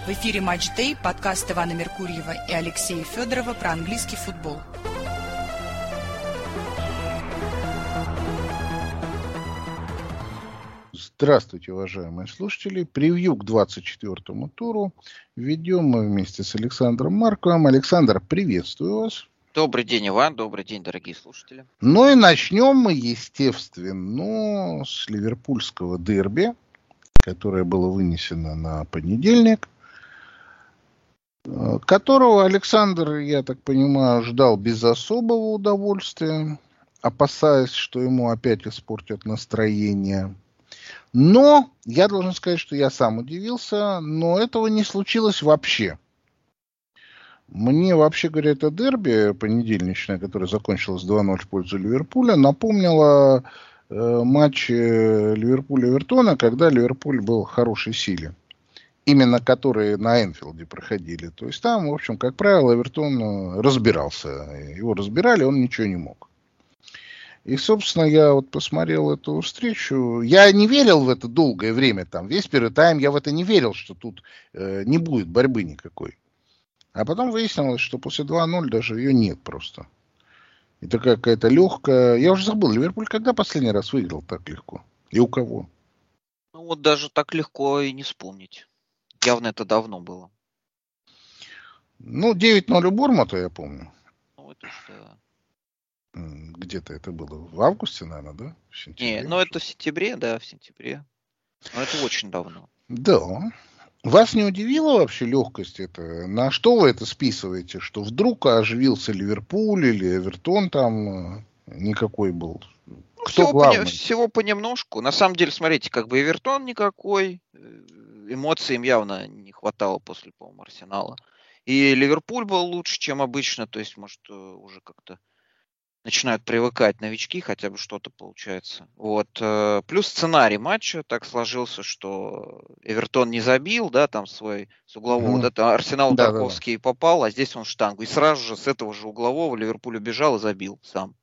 В эфире «Матч Дэй», подкаст Ивана Меркурьева и Алексея Федорова про английский футбол. Здравствуйте, уважаемые слушатели. Превью к 24-му туру ведем мы вместе с Александром Марковым. Александр, приветствую вас. Добрый день, Иван. Добрый день, дорогие слушатели. Ну и начнем мы, естественно, с ливерпульского дерби, которое было вынесено на понедельник, которого Александр, я так понимаю, ждал без особого удовольствия, опасаясь, что ему опять испортят настроение. Но я должен сказать, что я сам удивился, но этого не случилось вообще. Мне, вообще говоря, это дерби понедельничное, которое закончилось 2-0 в пользу Ливерпуля, напомнило матч Ливерпуля-Эвертона, когда Ливерпуль был в хорошей силе. Именно которые на Энфилде проходили. То есть там, в общем, как правило, Эвертон разбирался. Его разбирали, он ничего не мог. И, собственно, я вот посмотрел эту встречу. Я не верил в это долгое время. Там, весь первый тайм я в это не верил, что тут не будет борьбы никакой. А потом выяснилось, что после 2-0 даже ее нет просто. И такая какая-то легкая... Я уже забыл, Ливерпуль когда последний раз выиграл так легко? И у кого? Ну вот даже так легко и не вспомнить. Явно это давно было. Ну, 9-0 у Борнмута, я помню. Ну, это что... Где-то это было в августе, наверное, да? В сентябре, Не, ну это в сентябре, да, в сентябре. Но это очень давно. Да. Вас не удивила вообще легкость это? На что вы это списываете? Что вдруг оживился Ливерпуль или Эвертон там никакой был? Ну, Кто главный? всего понемножку. На самом деле, смотрите, как бы Эвертон никакой. Эмоций им явно не хватало после, по-моему, Арсенала. И Ливерпуль был лучше, чем обычно. То есть, может, уже как-то начинают привыкать новички, хотя бы что-то получается. Вот. Плюс сценарий матча так сложился, что Эвертон не забил, да, там свой с углового. Вот это Арсенал Тарковский попал, а здесь он в штангу. И сразу же с этого же углового Ливерпуль убежал и забил сам.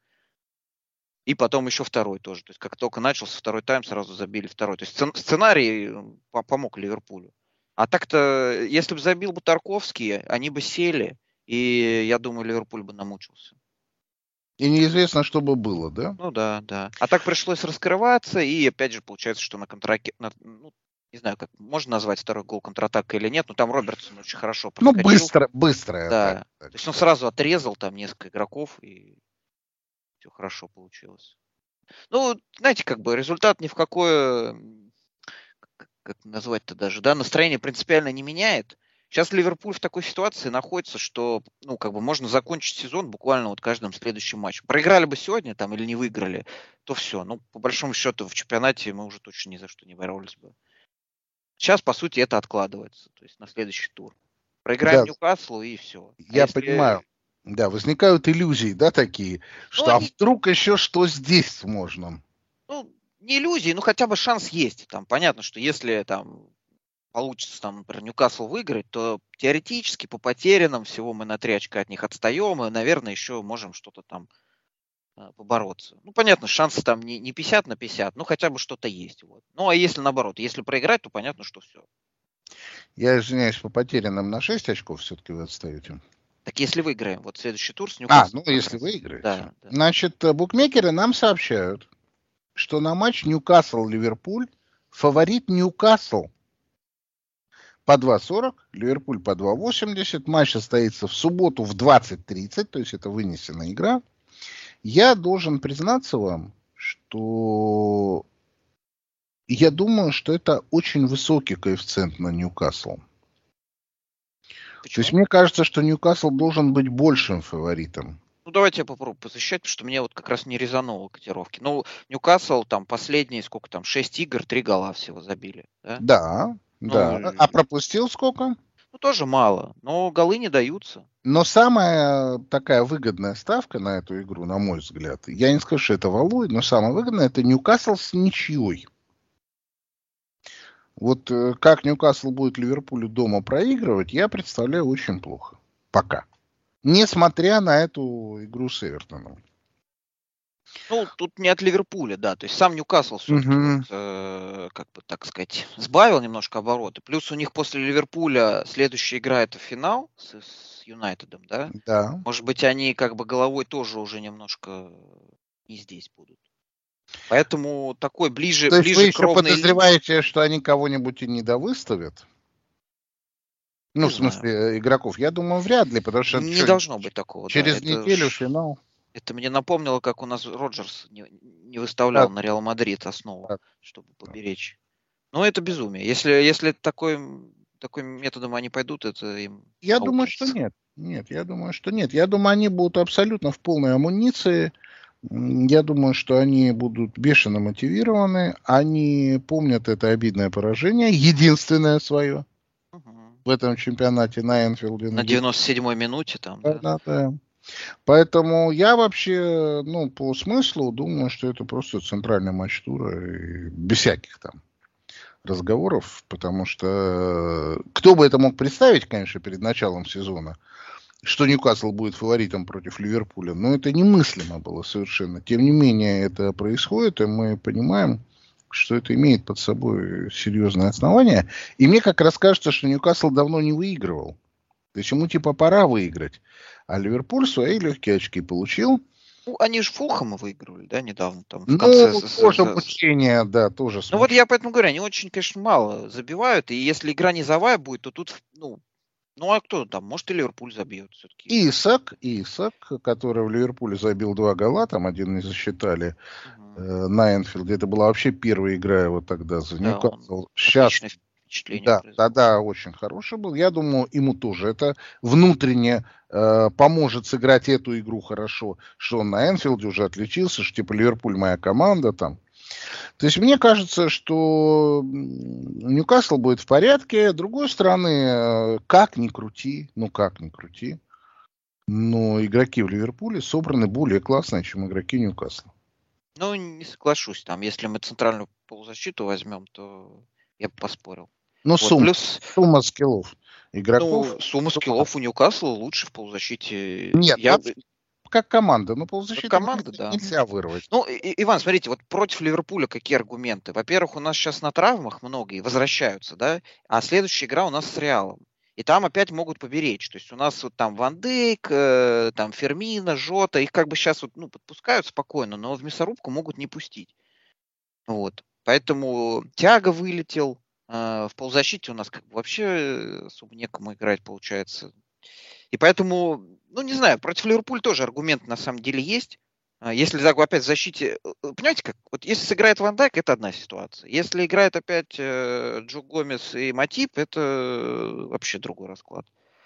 И потом еще второй тоже. То есть, как только начался второй тайм, сразу забили второй. То есть, сценарий помог Ливерпулю. А так-то, если бы забил бы Тарковский, они бы сели, и я думаю, Ливерпуль бы намучился. И неизвестно, что бы было, да? Ну да, да. А так пришлось раскрываться, и опять же получается, что на контраке, ну, не знаю, как можно назвать второй гол контратакой или нет, но там Робертсон очень хорошо проскочил. Ну, быстрая. Да. Так. То есть он сразу отрезал там несколько игроков, и все хорошо получилось. Ну, знаете, как бы результат ни в какое, как назвать-то даже, да, настроение принципиально не меняет. Сейчас Ливерпуль в такой ситуации находится, что, ну, как бы можно закончить сезон буквально вот каждым следующим матчем. Проиграли бы сегодня там или не выиграли, то все. Ну, по большому счету в чемпионате мы уже точно ни за что не боролись бы. Сейчас, по сути, это откладывается, то есть на следующий тур. Проиграем Ньюкаслу и все. Я понимаю. Да, возникают иллюзии, да, такие, что вдруг еще что здесь можно. Ну, не иллюзии, ну хотя бы шанс есть. Там понятно, что если там получится, там, например, Ньюкасл выиграть, то теоретически по потерянным всего мы на 3 очка от них отстаем, и, наверное, еще можем что-то там побороться. Ну, понятно, шансы там не 50 на 50, но хотя бы что-то есть. Вот. Ну, а если наоборот, если проиграть, то понятно, что все. Я извиняюсь, по потерянным на 6 очков все-таки вы отстаете. Так если выиграем, вот следующий тур с Ньюкаслом. Если выиграете. Да. Значит, букмекеры нам сообщают, что на матч Ньюкасл-Ливерпуль фаворит Ньюкасл по 2.40, Ливерпуль по 2.80. Матч состоится в субботу в 20:30, то есть это вынесенная игра. Я должен признаться вам, что я думаю, что это очень высокий коэффициент на Ньюкасл. Почему? То есть мне кажется, что Ньюкасл должен быть большим фаворитом. Ну, давайте я попробую защищать, потому что мне вот как раз не резануло котировки. Ну, Ньюкасл там последние, 6 игр, 3 гола всего забили. Да. Да. А пропустил сколько? Ну, тоже мало, но голы не даются. Но самая такая выгодная ставка на эту игру, на мой взгляд, я не скажу, что это валуй, но самая выгодная, это Ньюкасл с ничьей. Вот как Ньюкасл будет Ливерпулю дома проигрывать, я представляю очень плохо. Пока. Несмотря на эту игру с Эвертоном. Ну, тут не от Ливерпуля, да. То есть сам Ньюкасл все-таки, Мгм. как бы так сказать, сбавил немножко обороты. Плюс у них после Ливерпуля следующая игра это финал с Юнайтедом, да. Да. Может быть, они как бы головой тоже уже немножко не здесь будут. Поэтому такой То есть вы ближе к еще ровной линии, подозреваете, что они кого-нибудь и недовыставят? Ну, не в знаю. смысле, игроков. Я думаю, вряд ли, потому что Не чё, должно быть такого, да. через неделю финал. Это мне напомнило, как у нас Роджерс не Да, выставлял на Реал Мадрид основу, да, чтобы да. поберечь. Но это безумие. Если такой методом они пойдут, это им Я думаю, что аукнется. нет. Нет, я думаю, что нет. Я думаю, они будут абсолютно в полной амуниции. Я думаю, что они будут бешено мотивированы. Они помнят это обидное поражение, единственное свое Мгм. в этом чемпионате на Энфилде. На 97-й минуте там, Да, да. да, да. Поэтому я вообще, ну, по смыслу думаю, что это просто центральный матч тура, и без всяких там разговоров, потому что кто бы это мог представить, конечно, перед началом сезона, что Ньюкасл будет фаворитом против Ливерпуля, но это немыслимо было совершенно. Тем не менее, это происходит, и мы понимаем, что это имеет под собой серьезное основание. И мне как раз кажется, что Ньюкасл давно не выигрывал. То есть ему типа пора выиграть. А Ливерпуль свои легкие очки получил. Ну, они же Фулхэма выигрывали, да, недавно, там, в конце. Ну, тоже мучение, да, тоже Ну вот смучение. я поэтому говорю, они очень, конечно, мало забивают, и если игра низовая будет, то тут, ну а кто там? Может, и Ливерпуль забьет все-таки. Исак, который в Ливерпуле забил 2 гола, там один не засчитали Мгм. на Энфилде. Это была вообще первая игра его тогда за Да, он Ньюкасл. Сейчас, отличное впечатление да, произвел. тогда очень хороший был. Я думаю, ему тоже это внутренне поможет сыграть эту игру хорошо, что он на Энфилде уже отличился, что типа Ливерпуль моя команда там. То есть мне кажется, что Ньюкасл будет в порядке. С другой стороны, как ни крути, но игроки в Ливерпуле собраны более классно, чем игроки Ньюкасла. Ну, не соглашусь. Там, если мы центральную полузащиту возьмем, то я бы поспорил. Но Вот, плюс, сумма скиллов игроков. сумма скиллов у Ньюкасла лучше в полузащите. Нет, вообще, как команда. Но Как полузащиту команда, да. нельзя вырвать. Ну, Иван, смотрите, вот против Ливерпуля какие аргументы? Во-первых, у нас сейчас на травмах многие возвращаются, да, а следующая игра у нас с Реалом. И там опять могут поберечь. То есть у нас вот там Ван Дейк, там Фермина, Жота, их как бы сейчас вот, подпускают спокойно, но в мясорубку могут не пустить. Вот. Поэтому Тиаго вылетел. В полузащите у нас как бы вообще особо некому играть, получается. И поэтому, не знаю, против Ливерпуля тоже аргумент на самом деле есть. Если опять в защите, понимаете как, вот если сыграет Ван Дайк, это одна ситуация. Если играет опять Джо Гомес и Матип, это вообще другой расклад.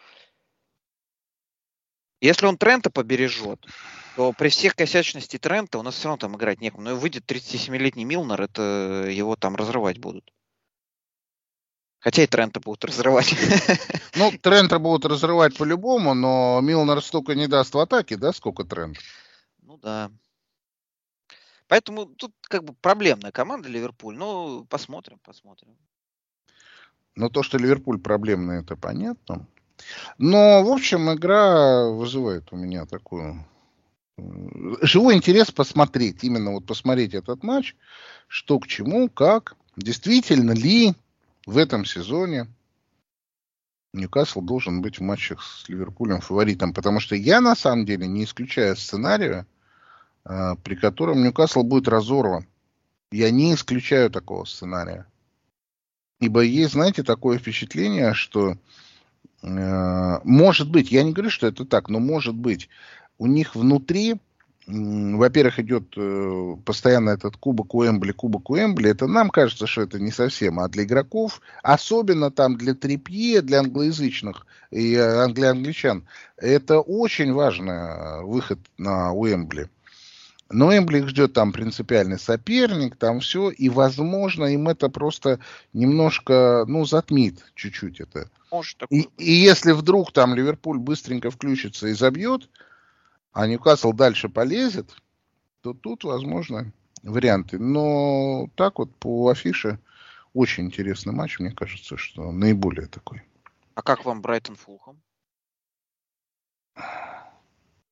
Если он Трента побережет, то при всех косячности Трента у нас все равно там играть некому. Но выйдет 37-летний Милнер, это его там разрывать будут. Хотя и Трента будут разрывать. Ну, Трента будут разрывать по-любому, но Милнер столько не даст в атаке, да, сколько Трент. Ну да. Поэтому тут как бы проблемная команда Ливерпуль. Ну, посмотрим. Но то, что Ливерпуль проблемный, это понятно. Но, в общем, игра вызывает у меня такую живой интерес посмотреть, именно вот посмотреть этот матч, что к чему, как, действительно ли в этом сезоне Ньюкасл должен быть в матчах с Ливерпулем фаворитом, потому что я на самом деле не исключаю сценария, при котором Ньюкасл будет разорван. Я не исключаю такого сценария. Ибо есть, знаете, такое впечатление, что может быть, я не говорю, что это так, но может быть, у них внутри, во-первых, идет постоянно этот кубок Уэмбли. Это нам кажется, что это не совсем, а для игроков, особенно там для Трипье, для англоязычных и для англичан, это очень важный выход на Уэмбли. Но Эмбли их ждет там принципиальный соперник, там все, и, возможно, им это просто немножко, затмит чуть-чуть это. Может И такое быть. если вдруг там Ливерпуль быстренько включится и забьет, а Ньюкасл дальше полезет, то тут, возможно, варианты. Но так вот по афише очень интересный матч, мне кажется, что наиболее такой. А как вам Брайтон Фулхэм?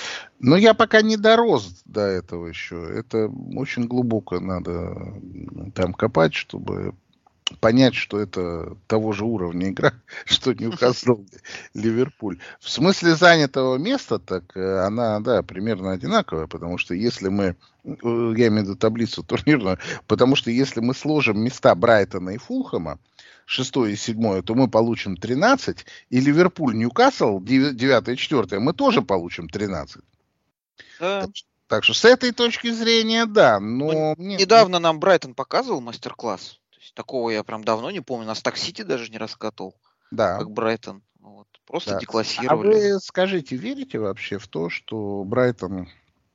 Но я пока не дорос до этого еще. Это очень глубоко надо там копать, чтобы понять, что это того же уровня игра, что Ньюкасл, Ливерпуль. В смысле занятого места, так она, да, примерно одинаковая, потому что если мы, я имею в виду таблицу турнирную, потому что если мы сложим места Брайтона и Фулхэма, 6 и 7, то мы получим 13, и Ливерпуль, Ньюкасл, 9 и 4, мы тоже получим 13. Да. Так что с этой точки зрения, да, Ну, но... недавно нам Брайтон показывал мастер-класс. То есть такого я прям давно не помню. Нас так Сити даже не раскатывал, Да. как Брайтон. Вот. Просто Да. А деклассировали. вы скажите, верите вообще в то, что Брайтон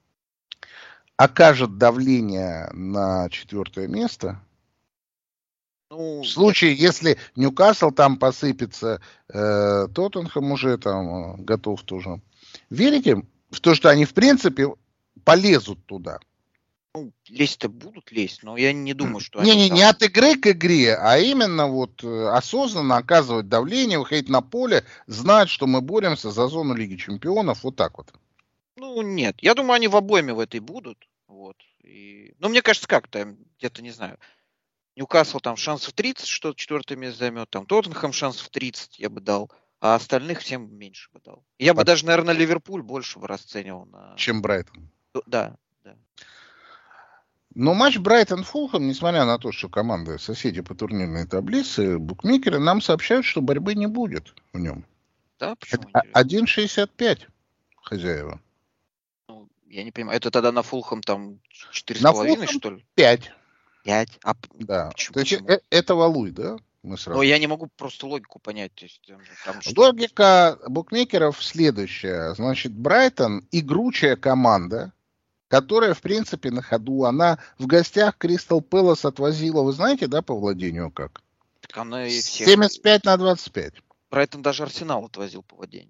окажет давление на 4 место? Ну, В случае, если Ньюкасл там посыпется, Тоттенхэм уже там готов тоже. Верите в то, что они в принципе полезут туда? ну, лезть-то будут лезть, но я не думаю, что они Не там... от игры к игре, а именно вот осознанно оказывать давление, выходить на поле, знать, что мы боремся за зону Лиги Чемпионов, вот так вот. Ну, нет. Я думаю, они в обойме в этой будут. Вот. И... Ну, мне кажется, как-то где-то, не знаю, Ньюкасл там шансов 30, что 4 место займет, там Тоттенхэм шансов 30 я бы дал, а остальных всем меньше бы дал. Я бы даже, наверное, Ливерпуль больше бы расценивал на... Чем Брайтон. Да, да. Но матч Брайтон-Фулхэм, несмотря на то, что команды соседи по турнирной таблице, букмекеры нам сообщают, что борьбы не будет в нем. Да, почему? 1,65 хозяева. Ну, я не понимаю. Это тогда на Фулхэм там На 4,5, Фулхэм что ли? 5. 5? А Да. почему? То есть это валуй, да? Мы сразу. Но я не могу просто логику понять. То есть, там что? Логика букмекеров следующая. Значит, Брайтон игручая команда, которая, в принципе, на ходу. Она в гостях Кристал Пэлас отвозила, вы знаете, да, по владению как? Так она и всех... 75 на 25. Брайтон даже Арсенал отвозил по владению.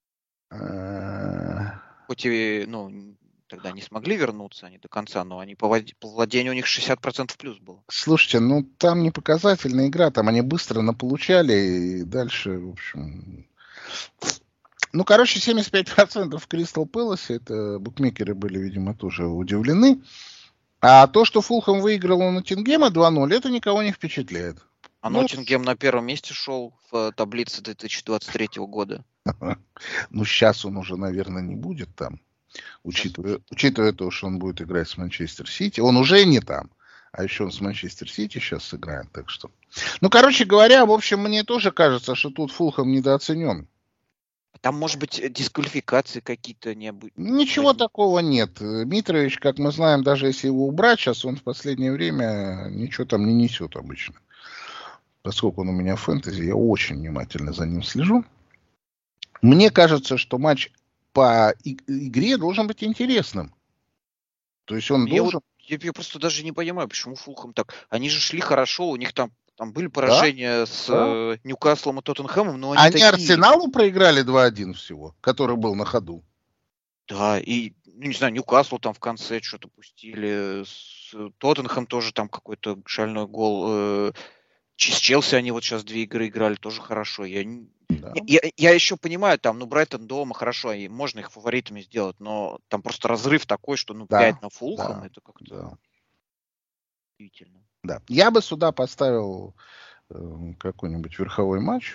А, Хоть и, ну, тогда не смогли вернуться они до конца, но они по владению у них 60% плюс было. Слушайте, ну там не показательная игра, там они быстро наполучали и дальше, в общем... Ну, короче, 75% в Кристал Пэласе, это букмекеры были, видимо, тоже удивлены. А то, что Фулхэм выиграл у Ноттингема 2-0, это никого не впечатляет. А Ну, Ноттингем на первом месте шел в таблице 2023 года. ну, сейчас он уже, наверное, не будет там, учитывая то, что он будет играть с Манчестер Сити. Он уже не там, а еще он с Манчестер Сити сейчас сыграет, так что... Ну, короче говоря, в общем, мне тоже кажется, что тут Фулхэм недооценен. Там, может быть, дисквалификации какие-то необычные. Ничего такого нет. Митрович, как мы знаем, даже если его убрать, сейчас он в последнее время ничего там не несет обычно. Поскольку он у меня в фэнтези, я очень внимательно за ним слежу. Мне кажется, что матч по игре должен быть интересным. То есть он должен... Я просто даже не понимаю, почему Фулхэм так... Они же шли хорошо, у них там были поражения с Ньюкаслом и Тоттенхэмом, но они такие... Арсеналу проиграли 2-1 всего, который был на ходу. Да, и, ну, не знаю, Ньюкасл там в конце что-то пустили, с Тоттенхэм тоже там какой-то шальной гол. С Челси они вот сейчас 2 игры играли тоже хорошо. Я еще понимаю, там, ну, Брайтон дома хорошо, и можно их фаворитами сделать, но там просто разрыв такой, что, ну, 5 на Фулхэм, это как-то удивительно. Да. Я бы сюда поставил какой-нибудь верховой матч.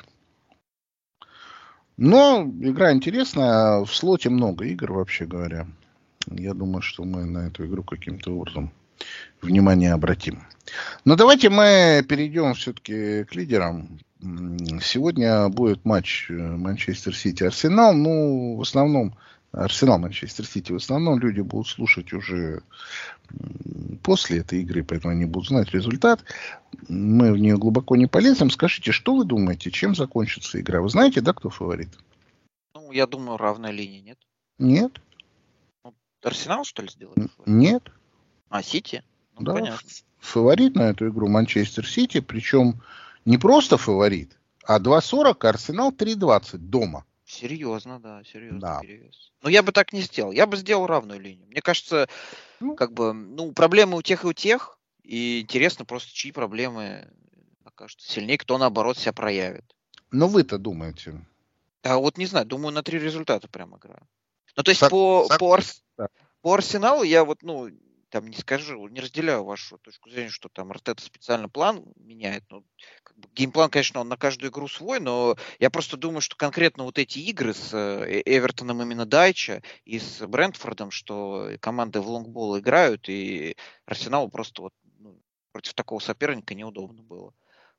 Но игра интересная. В слоте много игр, вообще говоря. Я думаю, что мы на эту игру каким-то образом внимание обратим. Но давайте мы перейдем все-таки к лидерам. Сегодня будет матч Манчестер Сити-Арсенал. Ну, в основном Арсенал-Манчестер Сити. В основном люди будут слушать уже после этой игры, поэтому они будут знать результат. Мы в нее глубоко не полезем. Скажите, что вы думаете, чем закончится игра? Вы знаете, да, кто фаворит? Ну, я думаю, равная линия, нет? Нет. Ну, Арсенал, что ли, сделает? Нет. А, Сити? Ну, да, понятно. Фаворит на эту игру Манчестер Сити, причем не просто фаворит, а 2.40, Арсенал 3.20 дома. Серьезно, да, серьезно. Да. Перевес. Но я бы так не сделал. Я бы сделал равную линию. Мне кажется, как бы, ну, проблемы у тех и у тех. И интересно просто, чьи проблемы окажутся сильнее, кто, наоборот, себя проявит. Но вы-то думаете? А вот не знаю, думаю, на 3 результата прям игра. Ну, то есть по Арсеналу я вот, там не скажу, не разделяю вашу точку зрения, что там Артета специально план меняет. Ну, как бы геймплан, конечно, он на каждую игру свой, но я просто думаю, что конкретно вот эти игры с Эвертоном именно Дайча и с Брентфордом, что команды в лонгбол играют, и Арсеналу просто вот против такого соперника неудобно было.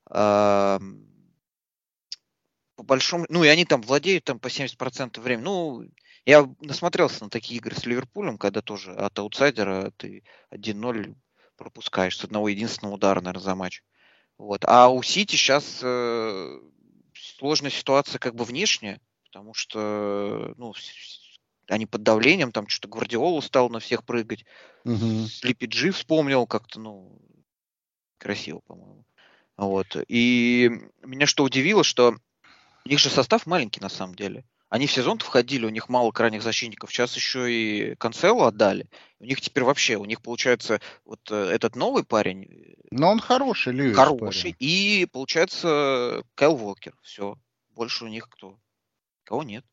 По большому... и они там владеют там по 70% времени. Я насмотрелся на такие игры с Ливерпулем, когда тоже от аутсайдера ты 1-0 пропускаешь с одного единственного удара, наверное, за матч. Вот. А у Сити сейчас сложная ситуация как бы внешняя, потому что они под давлением, там что-то Гвардиола стал на всех прыгать. Слипи Джи вспомнил как-то, красиво, по-моему. Вот. И меня что удивило, что у них же состав маленький на самом деле. Они в сезон входили, у них мало крайних защитников. Сейчас еще и Канцело отдали. У них теперь вообще, у них получается вот этот новый парень. Но он хороший, Льюис. Хороший. Парень. И получается Кайл Уокер. Все. Больше у них кого нет.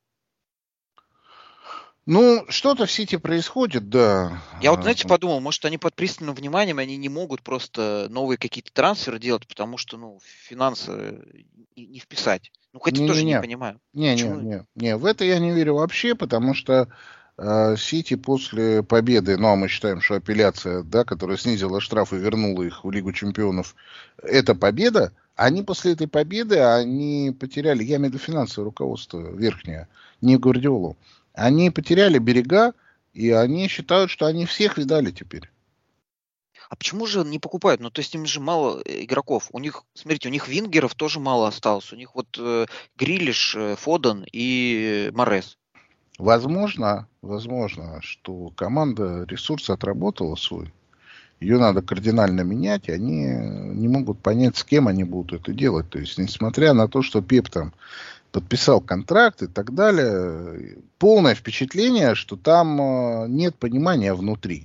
Что-то в Сити происходит, да. Я вот, знаете, подумал, может, они под пристальным вниманием, они не могут просто новые какие-то трансферы делать, потому что, финансы не вписать. Хотя тоже не понимаю. Не, в это я не верю вообще, потому что Сити после победы, а мы считаем, что апелляция, да, которая снизила штраф и вернула их в Лигу Чемпионов, это победа. Они после этой победы, они потеряли, я имею в виду финансовое руководство верхнее, не Гвардиолу. Они потеряли берега, и они считают, что они всех видали теперь. А почему же не покупают? То есть им же мало игроков. У них, смотрите, у них вингеров тоже мало осталось. У них вот Грилиш, Фоден и Морес. Возможно, что команда ресурс отработала свой. Ее надо кардинально менять, и они не могут понять, с кем они будут это делать. То есть, несмотря на то, что Пеп там подписал контракт и так далее, полное впечатление, что там нет понимания внутри.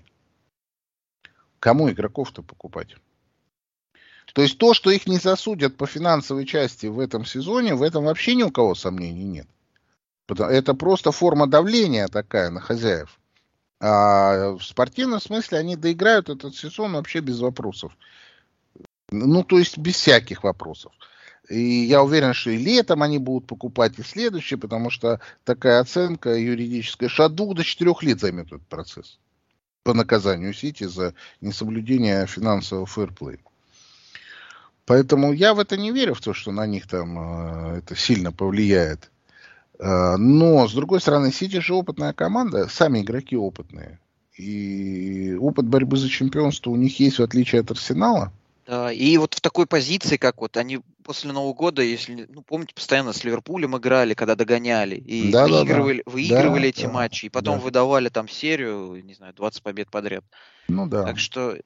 Кому игроков-то покупать? То есть то, что их не засудят по финансовой части в этом сезоне, в этом вообще ни у кого сомнений нет. Это просто форма давления такая на хозяев. А в спортивном смысле они доиграют этот сезон вообще без вопросов. То есть без всяких вопросов. И я уверен, что и летом они будут покупать, и следующие, потому что такая оценка юридическая, что от 2 до 4 лет займет этот процесс по наказанию Сити за несоблюдение финансового фэрплея. Поэтому я в это не верю, в то, что на них там это сильно повлияет. Но, с другой стороны, Сити же опытная команда, сами игроки опытные. И опыт борьбы за чемпионство у них есть, в отличие от Арсенала. Да, и вот в такой позиции, как вот они после Нового года, если, помните, постоянно с Ливерпулем играли, когда догоняли, и выигрывали эти матчи, и потом выдавали там серию, не знаю, 20 побед подряд. Так что...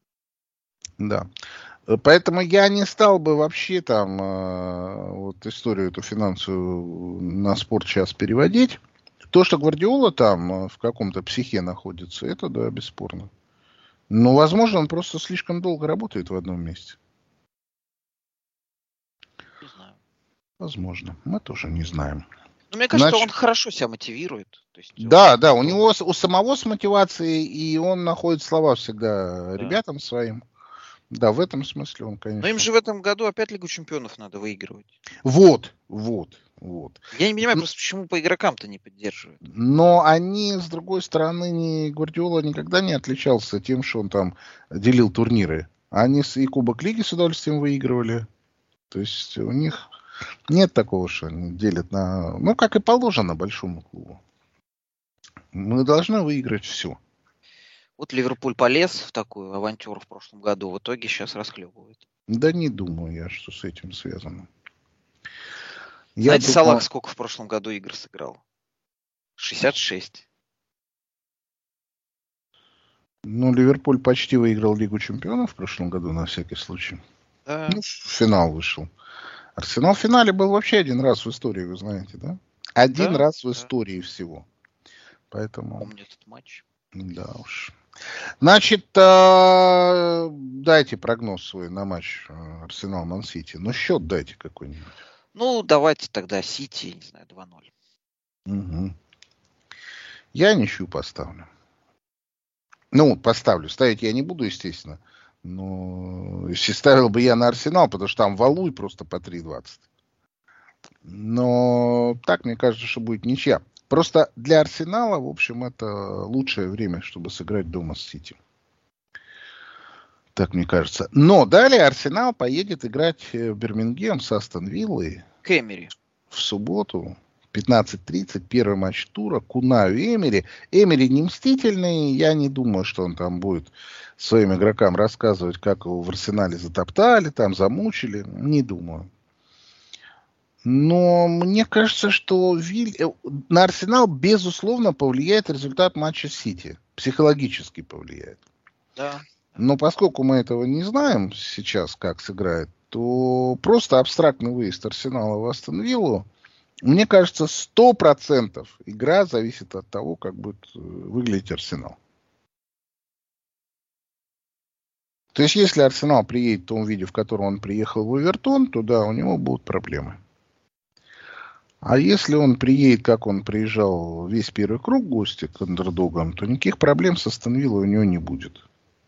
Да. Поэтому я не стал бы вообще там вот историю эту финансовую на спорт сейчас переводить. То, что Гвардиола там в каком-то психе находится, это да, бесспорно. Но, возможно, он просто слишком долго работает в одном месте. Не знаю. Возможно. Мы тоже не знаем. Мне кажется, он хорошо себя мотивирует. То есть да, у него у самого с мотивацией, и он находит слова всегда ребятам своим. Да, в этом смысле он, конечно... Но им же в этом году опять Лигу Чемпионов надо выигрывать. Вот. Я не понимаю, просто почему по игрокам-то не поддерживают. Но они, с другой стороны, Гвардиола никогда не отличался тем, что он там делил турниры. Они и Кубок Лиги с удовольствием выигрывали. То есть у них нет такого, что они делят на... как и положено большому клубу. Мы должны выиграть все. Вот Ливерпуль полез в такую авантюру в прошлом году, в итоге сейчас расхлебывает. Да не думаю я, что с этим связано. Знаете, Салах сколько в прошлом году игр сыграл? 66. Ливерпуль почти выиграл Лигу Чемпионов в прошлом году, на всякий случай. Да. В финал вышел. Арсенал в финале был вообще один раз в истории, вы знаете, да? Один раз в истории всего. Поэтому... Помню этот матч. Да уж. Значит, дайте прогноз свой на матч Арсенал-Ман-Сити. Счет дайте какой-нибудь. Давайте тогда Сити, не знаю, 2-0. Угу. Я ничью поставлю. Ну, поставлю. Ставить я не буду, естественно. Но если ставил бы я на Арсенал, потому что там валуй просто по 3,20. Но так, мне кажется, что будет ничья. Просто для Арсенала, в общем, это лучшее время, чтобы сыграть дома с Сити. Так мне кажется. Но далее Арсенал поедет играть в Бирмингем с Астон Виллой. К В субботу. 15:30, первый матч тура, Кунаю и Эмери. Эмери не мстительный, я не думаю, что он там будет своим игрокам рассказывать, как его в Арсенале затоптали, там замучили. Не думаю. Но мне кажется, что на Арсенал, безусловно, повлияет результат матча с Сити. Психологически повлияет. Да. Но поскольку мы этого не знаем сейчас, как сыграет, то просто абстрактный выезд Арсенала в Астон Виллу, мне кажется, 100% игра зависит от того, как будет выглядеть Арсенал. То есть, если Арсенал приедет в том виде, в котором он приехал в Эвертон, то да, у него будут проблемы. А если он приедет, как он приезжал весь первый круг в гости к андердогам, то никаких проблем с Астон Виллой у него не будет.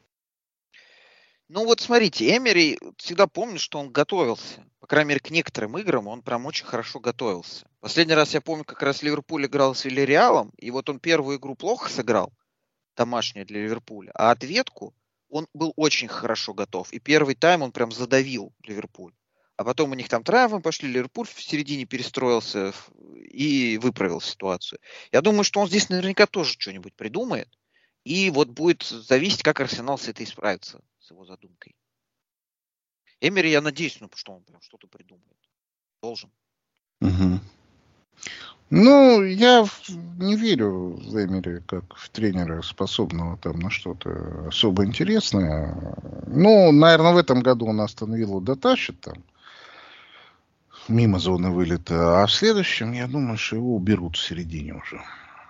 Ну вот смотрите, Эмери всегда помню, что он готовился. По крайней мере, к некоторым играм он прям очень хорошо готовился. Последний раз я помню, как раз Ливерпуль играл с Вильяреалом, и вот он первую игру плохо сыграл, домашнюю для Ливерпуля, а ответку он был очень хорошо готов. И первый тайм он прям задавил Ливерпуль. А потом у них там травмы пошли, Ливерпуль в середине перестроился и выправил ситуацию. Я думаю, что он здесь наверняка тоже что-нибудь придумает. И вот будет зависеть, как Арсенал с этой справится, с его задумкой. Эмери, я надеюсь, что он прям что-то придумает. Должен. Угу. Ну, я не верю в Эмери как в тренера, способного там на что-то особо интересное. Ну, наверное, в этом году он Астон Виллу дотащит там мимо зоны вылета, а в следующем, я думаю, что его уберут в середине уже.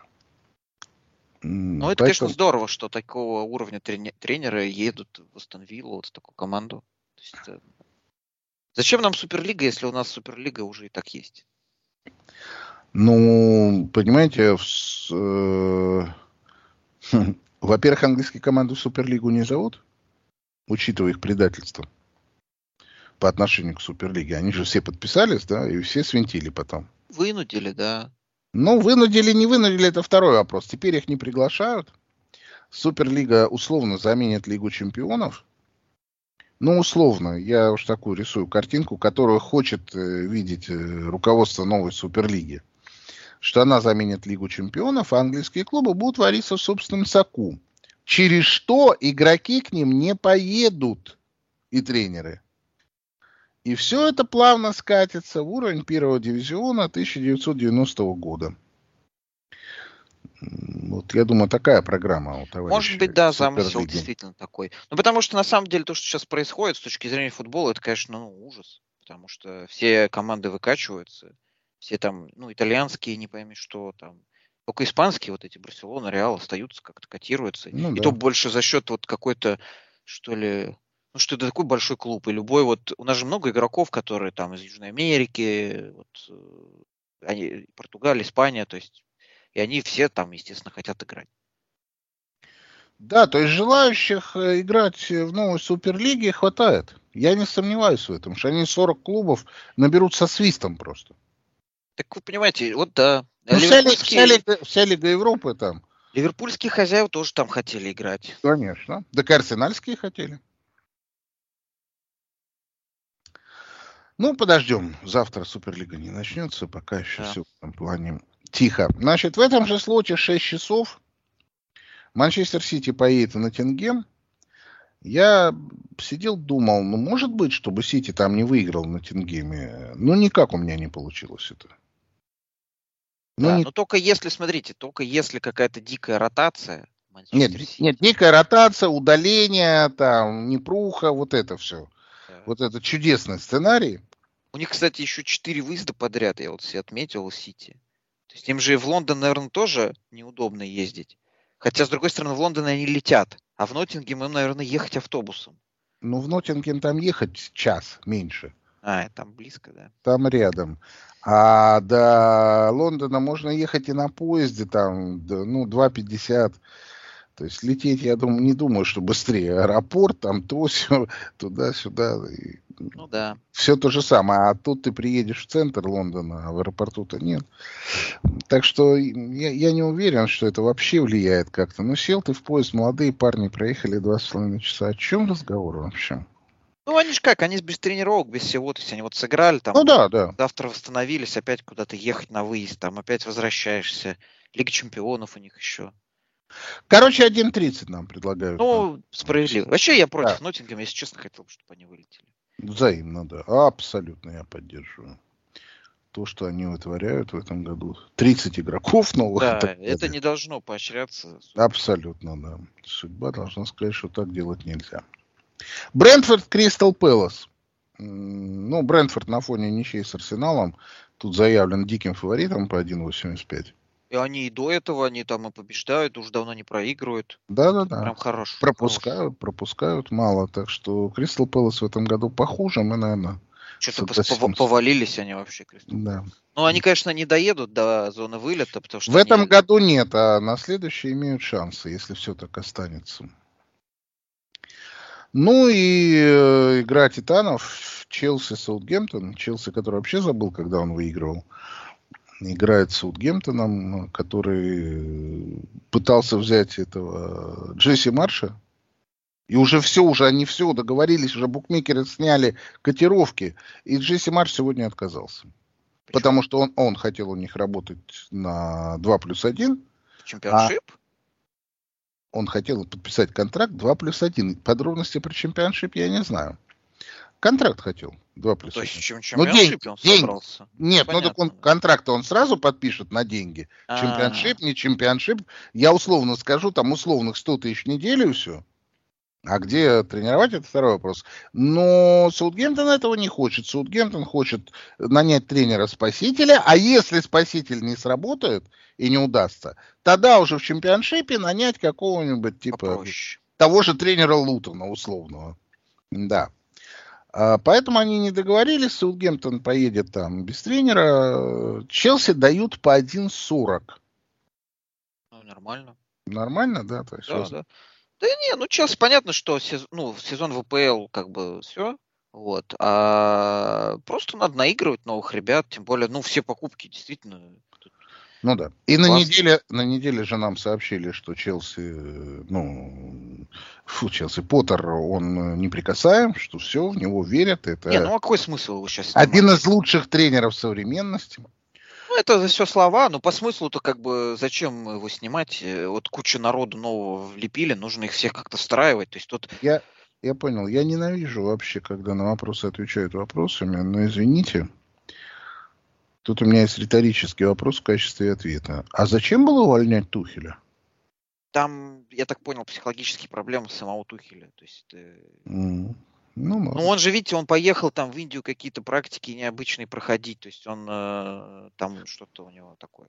Ну, это, конечно, здорово, что такого уровня тренеры едут в Астон Виллу, вот в такую команду. То есть, зачем нам Суперлига, если у нас Суперлига уже и так есть? Ну, понимаете, во-первых, английские команды в Суперлигу не зовут, учитывая их предательство по отношению к Суперлиге. Они же все подписались, да, и все свинтили потом. Вынудили, да. Ну, вынудили, не вынудили, это второй вопрос. Теперь их не приглашают. Суперлига условно заменит Лигу чемпионов. Ну, условно, я уж такую рисую картинку, которую хочет видеть руководство новой Суперлиги. Что она заменит Лигу чемпионов, а английские клубы будут вариться в собственном соку. Через что игроки к ним не поедут, и тренеры. И все это плавно скатится в уровень первого дивизиона 1990 года. Вот я думаю, такая программа у товарища. Может быть, да, замысел действительно такой. Ну, потому что на самом деле то, что сейчас происходит с точки зрения футбола, это, конечно, ужас. Потому что все команды выкачиваются. Все там, итальянские, не пойми что там. Только испанские, вот эти Барселона, Реал остаются, как-то котируются. Ну, и да. то больше за счет вот какой-то, что ли, что это такой большой клуб. И любой вот, у нас же много игроков, которые там из Южной Америки, вот, они, Португалия, Испания, то есть, и они все там, естественно, хотят играть. Да, то есть желающих играть в новой Суперлиге хватает. Я не сомневаюсь в этом, что они 40 клубов наберут со свистом просто. Так вы понимаете, вот да. Ну, вся Лига Европы там. Ливерпульские хозяева тоже там хотели играть. Конечно. Да и арсенальские хотели. Ну, подождем. Завтра Суперлига не начнется, пока еще все в этом плане тихо. Значит, в этом же слоте 6 часов Манчестер Сити поедет в Ноттингем. Я сидел, думал, может быть, чтобы Сити там не выиграл в Ноттингеме. Ну, никак у меня не получилось это. Но только если, смотрите, какая-то дикая ротация. Нет, дикая ротация, удаление, там, непруха, вот это все. Да. Вот это чудесный сценарий. У них, кстати, еще 4 выезда подряд, я вот себе отметил, Сити. То есть им же в Лондон, наверное, тоже неудобно ездить. Хотя, с другой стороны, в Лондон они летят. А в Ноттингем им, наверное, ехать автобусом. Ну, в Ноттингем там ехать час меньше. Там близко, да. Там рядом. А до Лондона можно ехать и на поезде, там, 2,50. То есть лететь, я думаю, не думаю, что быстрее. Аэропорт, там то, все, туда-сюда. Ну да. Все то же самое. А тут ты приедешь в центр Лондона, а в аэропорту-то нет. Так что я не уверен, что это вообще влияет как-то. Ну, сел ты в поезд, молодые парни проехали 2,5 часа. О чем разговор вообще? Ну, они же как, они без тренировок, без всего, то есть они вот сыграли, там, Ну да. завтра восстановились, опять куда-то ехать на выезд, там, опять возвращаешься. Лига чемпионов у них еще. Короче, 1,30 нам предлагают. Ну, справедливо. Вообще я против Да. Ноттингема, если честно, хотел бы, чтобы они вылетели. Взаимно, да. Абсолютно я поддерживаю. То, что они вытворяют в этом году. 30 игроков новых. Да, это не должно поощряться. Абсолютно, да. Судьба должна сказать, что так делать нельзя. Брентфорд, Кристал Пэлас. Ну, Брентфорд на фоне ничьей с Арсеналом тут заявлен диким фаворитом по 1,85. И они и до этого, они там и побеждают, уже давно не проигрывают. Да. Прям хорош. Пропускают мало. Так что Кристал Пэлас в этом году похуже. Мы, наверное, Что-то повалились они вообще. Да. Ну, они, конечно, не доедут до зоны вылета, потому что... В этом году нет, а на следующий имеют шансы, если все так останется. Ну и игра титанов Челси-Саутгемптон. Челси, который вообще забыл, когда он выигрывал, играет с Саутгемптоном, который пытался взять этого Джесси Марша. И уже они все договорились, уже букмекеры сняли котировки. И Джесси Марш сегодня отказался. Почему? Потому что он хотел у них работать на 2+1. Чемпионшип? Он хотел подписать контракт 2+1. Подробности про чемпионшип я не знаю. Контракт хотел 2+1. То есть чемпионшип он собрался? Нет, так он контракт он сразу подпишет на деньги. Чемпионшип, не чемпионшип. Я условно скажу, там условных 100 тысяч в неделю и все. А где тренировать, это второй вопрос. Но Саутгемптон этого не хочет. Саутгемптон хочет нанять тренера-спасителя, а если спаситель не сработает и не удастся, тогда уже в чемпионшипе нанять какого-нибудь типа того же тренера Лутона условного. Да. Поэтому они не договорились. Саутгемптон поедет там без тренера. Челси дают по 1,40. Ну, нормально. Нормально, да? То есть да. Да не, Челси понятно, что сезон ВПЛ как бы все, вот, а просто надо наигрывать новых ребят, тем более, все покупки действительно. Ну да. И на неделе же нам сообщили, что Челси, Поттер, он неприкасаем, что все, в него верят. Это а какой смысл его сейчас снимать? Один из лучших тренеров современности. Это все слова, но по смыслу-то как бы зачем его снимать? Вот кучу народу нового влепили, нужно их всех как-то встраивать. То есть тут... Я понял. Я ненавижу вообще, когда на вопросы отвечают вопросами, но извините. Тут у меня есть риторический вопрос в качестве ответа. А зачем было увольнять Тухеля? Там, я так понял, психологические проблемы самого Тухеля. То есть... он же, видите, он поехал там в Индию какие-то практики необычные проходить, то есть он там что-то у него такое.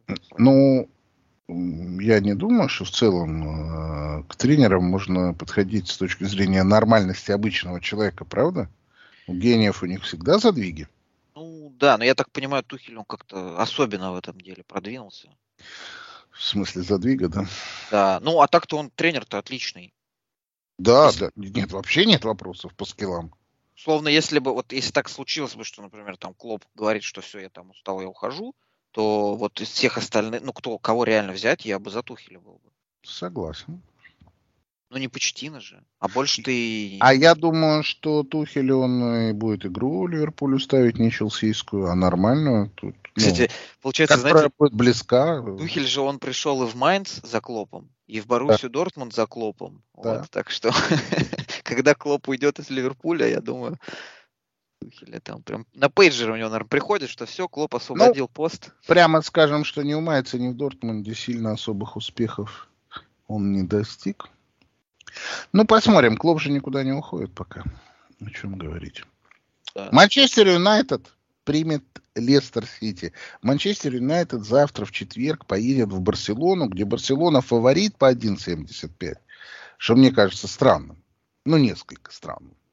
Я не думаю, что в целом к тренерам можно подходить с точки зрения нормальности обычного человека, правда? У гениев у них всегда задвиги. Да, но я так понимаю, Тухель, он как-то особенно в этом деле продвинулся. В смысле задвига, да? Да, а так-то он тренер-то отличный. Да. Нет, вообще нет вопросов по скиллам. Словно если так случилось бы, что, например, там Клоп говорит, что все, я там устал, я ухожу, то вот из всех остальных, кого реально взять, я бы за Тухеля был бы. Согласен. Не Почеттино же, а больше ты... А я думаю, что Тухель, он и будет игру Ливерпулю ставить не челсийскую, а нормальную. Тут, кстати, получается, которая будет близка. Тухель же, он пришел и в Майнц за Клопом, и в Боруссию Дортмунд за Клопом. Да. Вот, так что, когда Клоп уйдет из Ливерпуля, я думаю, Тухеля там прям на пейджер у него, наверное, приходит, что все, Клоп освободил пост. Прямо скажем, что ни у Майнца, ни в Дортмунде сильно особых успехов он не достиг. Посмотрим. Клоп же никуда не уходит пока. О чем говорить. Да. Манчестер Юнайтед примет Лестер Сити. Манчестер Юнайтед завтра в четверг поедет в Барселону, где Барселона фаворит по 1,75. Что мне кажется странным. Несколько странным.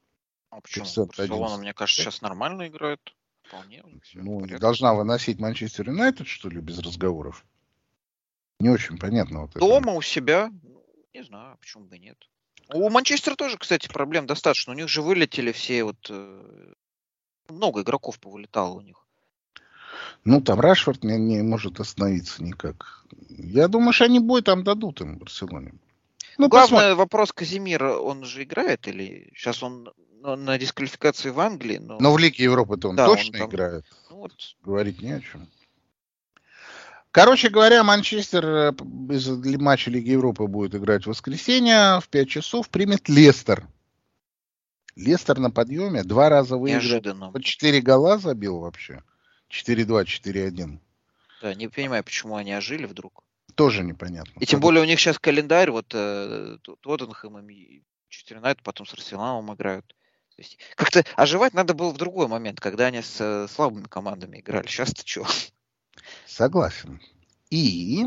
А почему? 511. Барселона, мне кажется, сейчас нормально играет. Вполне, у них всё в Ну, порядке. должна выносить Манчестер Юнайтед, что ли, без разговоров? Не очень понятно вот это. Дома у себя, ну, не знаю, почему бы и нет. У Манчестера тоже, кстати, проблем достаточно. У них же вылетели все вот... много игроков повылетало у них. Ну, там Рашфорд не может остановиться никак. Я думаю, что они бой там дадут им в Барселоне. Ну, Главный вопрос, Казимир, он же играет или... Сейчас он на дисквалификации в Англии, но в Лиге Европы-то он да, точно он там... играет. Ну, вот... Говорить не о чем. Короче говоря, Манчестер из матча Лиги Европы будет играть в воскресенье в 5 часов. Примет Лестер. Лестер на подъеме. 2 раза выиграл. Неожиданно. По 4 гола забил вообще. 4-2, 4-1. Да, не понимаю, почему они ожили вдруг. Тоже непонятно. И тем более у них сейчас календарь, вот Тоттенхэм и Манчестер Юнайтед потом с Арсеналом играют. То есть как-то оживать надо было в другой момент, когда они с слабыми командами играли. Сейчас-то что? Согласен. И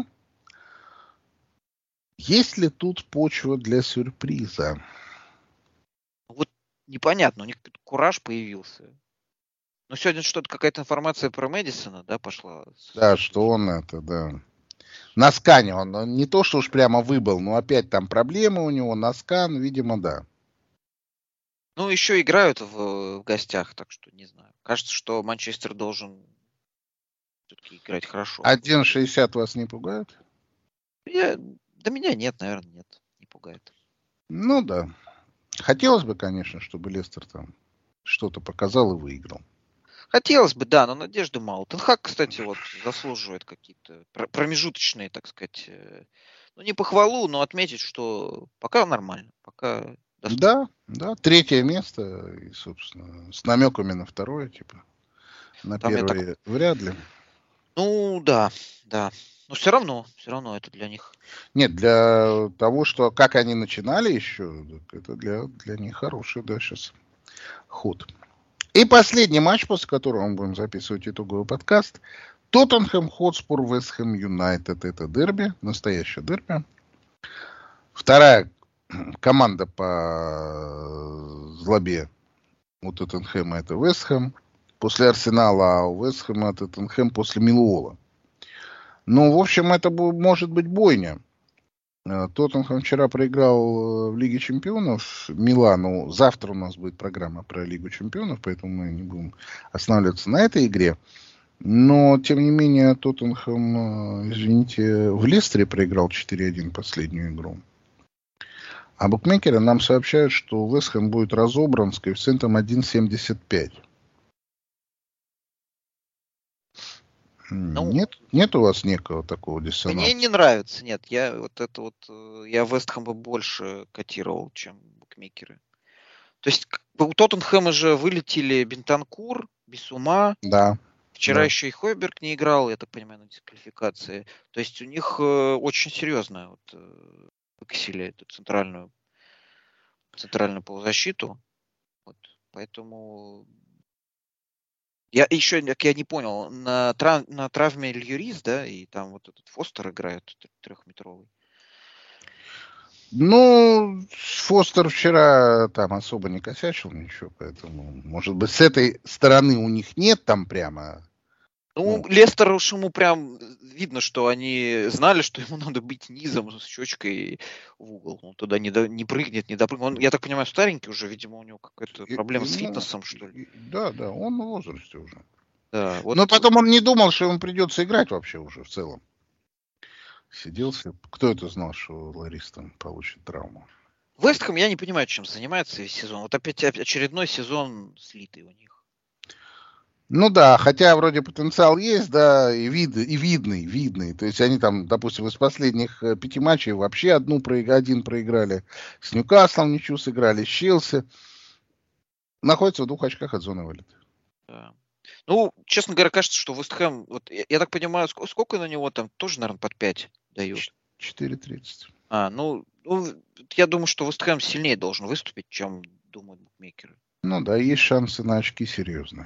есть ли тут почва для сюрприза? Вот непонятно, у них кураж появился. Ну, сегодня что-то, какая-то информация про Мэдисона, да, пошла? Да, что он это, да. На скане он не то, что уж прямо выбыл, но опять там проблемы у него. На скан, видимо, да. Ну, еще играют в гостях, так что не знаю. Кажется, что Манчестер должен все-таки играть хорошо. 1,60 вас не пугает? Да меня нет, наверное, нет. Не пугает. Ну да. Хотелось бы, конечно, чтобы Лестер там что-то показал и выиграл. Хотелось бы, да, но надежды мало. Тенхаг, кстати, вот заслуживает какие-то промежуточные, так сказать, ну не похвалу, но отметить, что пока нормально, пока достойно. Да, 3 место, и, собственно, с намеками на 2, типа, на Там я 1 вряд ли. Ну да. Но все равно это для них. Нет, для того, что как они начинали еще, это для них хороший, да, сейчас ход. И последний матч, после которого мы будем записывать итоговый подкаст. Тоттенхэм Хотспур, Вест Хэм Юнайтед. Это дерби, настоящее дерби. Вторая команда по злобе у Тоттенхэма это Вест Хэм. После Арсенала, а у Вест Хэма Тоттенхэм после Миллуола. Ну, в общем, это может быть бойня. Тоттенхэм вчера проиграл в Лиге Чемпионов Милану. Завтра у нас будет программа про Лигу Чемпионов, поэтому мы не будем останавливаться на этой игре. Но, тем не менее, Тоттенхэм, извините, в Лестере проиграл 4-1 последнюю игру. А букмекеры нам сообщают, что Вест Хэм будет разобран с коэффициентом 1,75. Ну, нет у вас некого такого диссонанса? Мне не нравится, нет. Я Вест Хэма больше котировал, чем букмекеры. То есть у Тоттенхэма же вылетели Бентанкур, Бисума. Да. Вчера еще и Хойберг не играл, я так понимаю, на дисквалификации. То есть у них очень серьезно выкосили эту центральную полузащиту. Вот. Поэтому я не понял, на травме Льюрис, да, и там вот этот Фостер играет 3-метровый. Ну, Фостер вчера там особо не косячил ничего, поэтому, может быть, с этой стороны у них нет там прямо. Ну, Лестер уж ему прям видно, что они знали, что ему надо быть низом с щечкой в угол. Он туда не прыгнет, не допрыгнет. Я так понимаю, старенький уже, видимо, у него какая-то проблема с фитнесом, что ли. Да, он в возрасте уже. Да, вот. Но потом он не думал, что ему придется играть вообще уже в целом. Сиделся. Кто это знал, что Ларис там получит травму? Вест Хэм, я не понимаю, чем занимается весь сезон. Вот опять очередной сезон слитый у них. Ну да, хотя вроде потенциал есть, да, и видный. То есть они там, допустим, из последних 5 матчей вообще один проиграли. С Ньюкаслом ничью сыграли, с Челси. Находится в 2 очках от зоны вылета. Да. Ну, честно говоря, кажется, что Вест Хэм, вот я так понимаю, сколько на него там тоже, наверное, под 5 дают? 4,30. Ну, я думаю, что Вест Хэм сильнее должен выступить, чем думают букмекеры. Ну да, есть шансы на очки серьезные.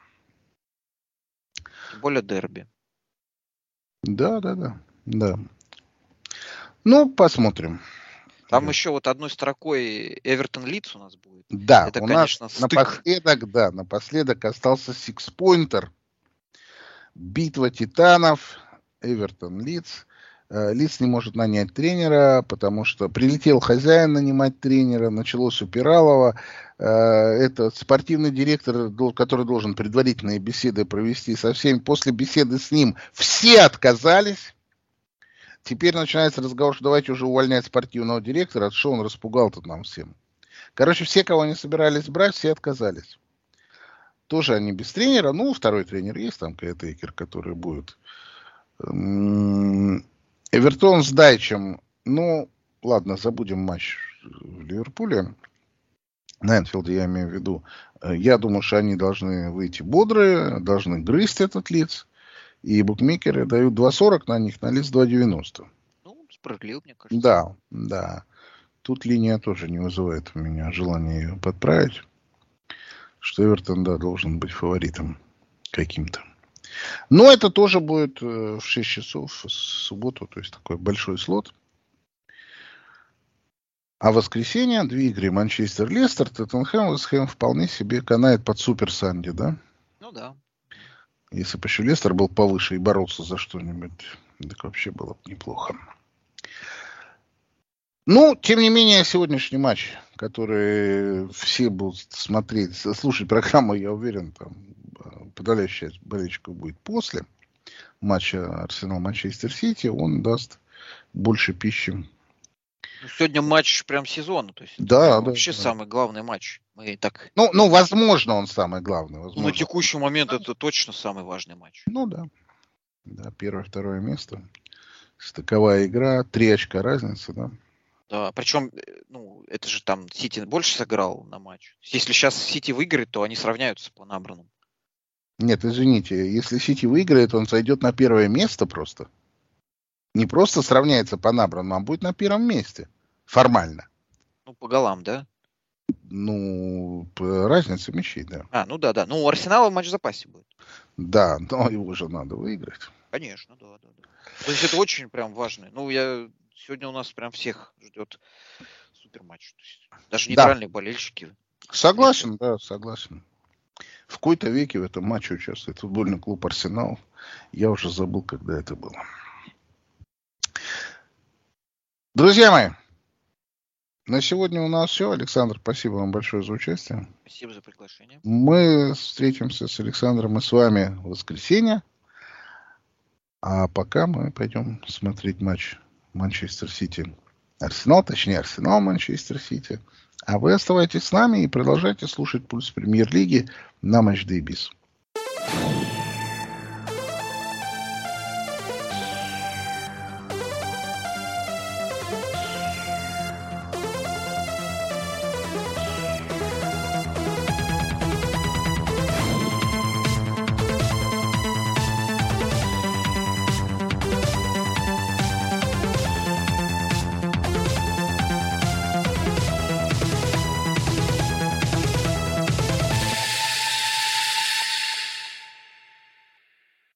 Тем более дерби. Да. Ну, посмотрим. Там еще вот одной строкой Эвертон Лидс у нас будет. Да, это, у конечно, нас стык. напоследок остался сикспоинтер. Битва титанов, Эвертон Лидс. Лидс не может нанять тренера, потому что прилетел хозяин нанимать тренера, началось упиралово. Это спортивный директор, который должен предварительные беседы провести со всеми. После беседы с ним все отказались. Теперь начинается разговор, что давайте уже увольнять спортивного директора, что он распугал тут нам всем. Короче, все, кого они собирались брать, все отказались. Тоже они без тренера. Ну, второй тренер есть, там Кэттейкер, который будет. Эвертон с Дайчем. Ну, ладно, забудем матч в Ливерпуле. На Энфилде я имею в виду. Я думаю, что они должны выйти бодрые, должны грызть этот Лидс. И букмекеры дают 2.40 на них, на Лидс 2.90. Ну, справедливо, мне кажется. Да, да. Тут линия тоже не вызывает у меня желания ее подправить. Что Эвертон, да, должен быть фаворитом каким-то. Но это тоже будет в 6 часов в субботу, то есть такой большой слот. А в воскресенье 2 игры. Манчестер-Лестер, Тоттенхэм, Вестхэм вполне себе канает под Супер Санди, да? Ну да. Если бы еще Лестер был повыше и боролся за что-нибудь, так вообще было бы неплохо. Ну, тем не менее, сегодняшний матч, который все будут смотреть, слушать программу, я уверен, там подавляющая часть болельщиков будет после матча Арсенал-Манчестер-Сити, он даст больше пищи. Ну, сегодня матч прям сезона, то есть да, вообще да. самый главный матч. Мы так... Ну, возможно, он самый главный. Возможно. На текущий момент это точно самый важный матч. Ну да. Да, первое-второе место. Стыковая игра, 3 очка разницы, да. Да, причем, ну, это же там Сити больше сыграл на матч. Если сейчас Сити выиграет, то они сравняются по набранным. Нет, извините, если Сити выиграет, он зайдет на первое место просто. Не просто сравняется по набранным, а будет на первом месте. Формально. Ну, по голам, да? Ну, по разнице мячей, да. Ну да. Ну, у Арсенала матч в запасе будет. Да, но его же надо выиграть. Конечно, да. То есть это очень прям важно. Ну, сегодня у нас прям всех ждет супер матч. То есть даже нейтральные болельщики. Согласен, да, согласен. В какой-то веке в этом матче участвует футбольный клуб «Арсенал». Я уже забыл, когда это было. Друзья мои, на сегодня у нас все. Александр, спасибо вам большое за участие. Спасибо за приглашение. Мы встретимся с Александром и с вами в воскресенье. А пока мы пойдем смотреть матч Манчестер-Сити. Арсенал, точнее Арсенал-Манчестер-Сити. А вы оставайтесь с нами и продолжайте слушать «Пульс Премьер-лиги» на Матч Day Biz.